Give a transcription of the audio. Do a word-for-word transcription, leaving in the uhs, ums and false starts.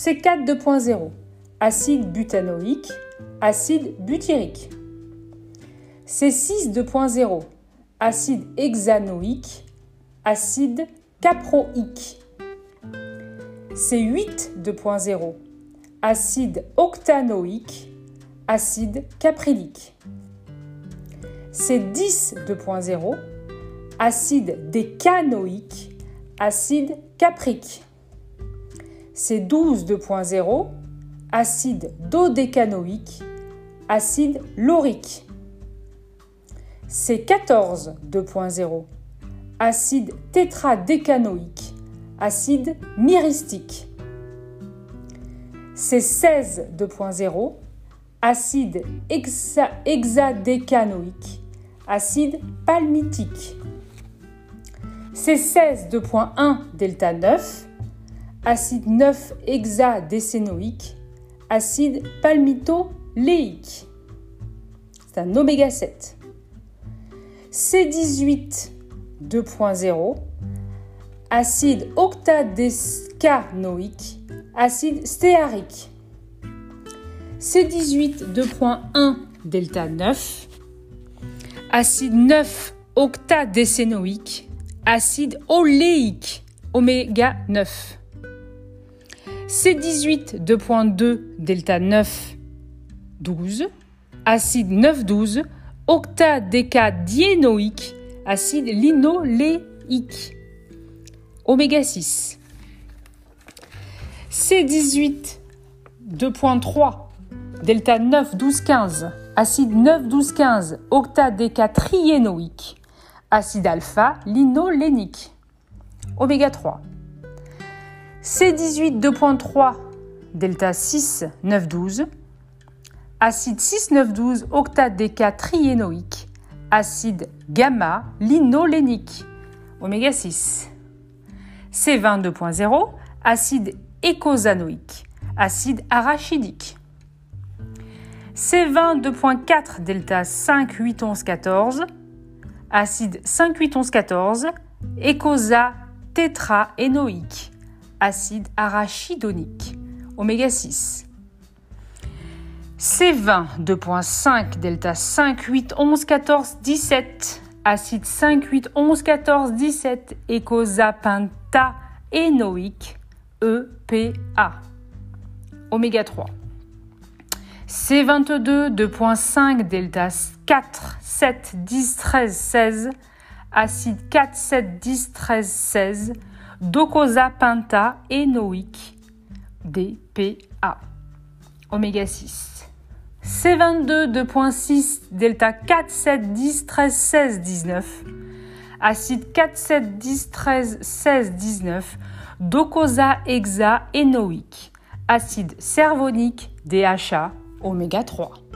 C quatre deux point zéro, acide butanoïque, acide butyrique. C six deux point zéro, acide hexanoïque, acide caproïque. C huit deux point zéro, acide octanoïque, acide caprylique. C dix deux point zéro, acide décanoïque, acide caprique. C douze deux point zéro, acide dodécanoïque, acide laurique. C quatorze deux point zéro, acide tétradécanoïque, acide myristique. C seize deux point zéro, acide hexa, hexadécanoïque, acide palmitique. C seize deux point un delta neuf, acide neuf hexadécénoïque, acide palmitoléique. C'est un oméga sept. C dix-huit deux point zéro, acide octadécanoïque, acide stéarique. C dix-huit deux point un delta neuf, acide neuf octadécénoïque, acide oléique, oméga neuf. C dix-huit deux point deux delta neuf, douze, acide neuf douze, octadécadiénoïque, acide linoléique, oméga six. C dix-huit deux point trois delta neuf douze quinze, acide neuf douze quinze, octadécatriénoïque, acide alpha linolénique, oméga trois. C dix-huit deux point trois delta six neuf douze, acide six neuf douze, octadécatriénoïque, acide gamma linolénique, oméga six. C vingt deux point zéro, acide écosanoïque, acide arachidique. C vingt deux point quatre delta cinq huit onze quatorze, acide cinq huit onze quatorze, écosatétraénoïque, acide arachidonique, oméga six. C vingt deux point cinq delta cinq huit onze quatorze dix-sept, acide cinq huit onze quatorze dix-sept, écosapentaénoïque, E P A, oméga trois. C vingt-deux deux point cinq delta quatre sept dix treize seize, acide quatre sept dix treize seize, docosapentaénoïque, D P A, oméga six. C vingt-deux deux point six delta quatre sept dix treize seize dix-neuf, acide quatre sept dix treize seize dix-neuf, docosahéxaénoïque, acide cervonique, D H A, oméga trois.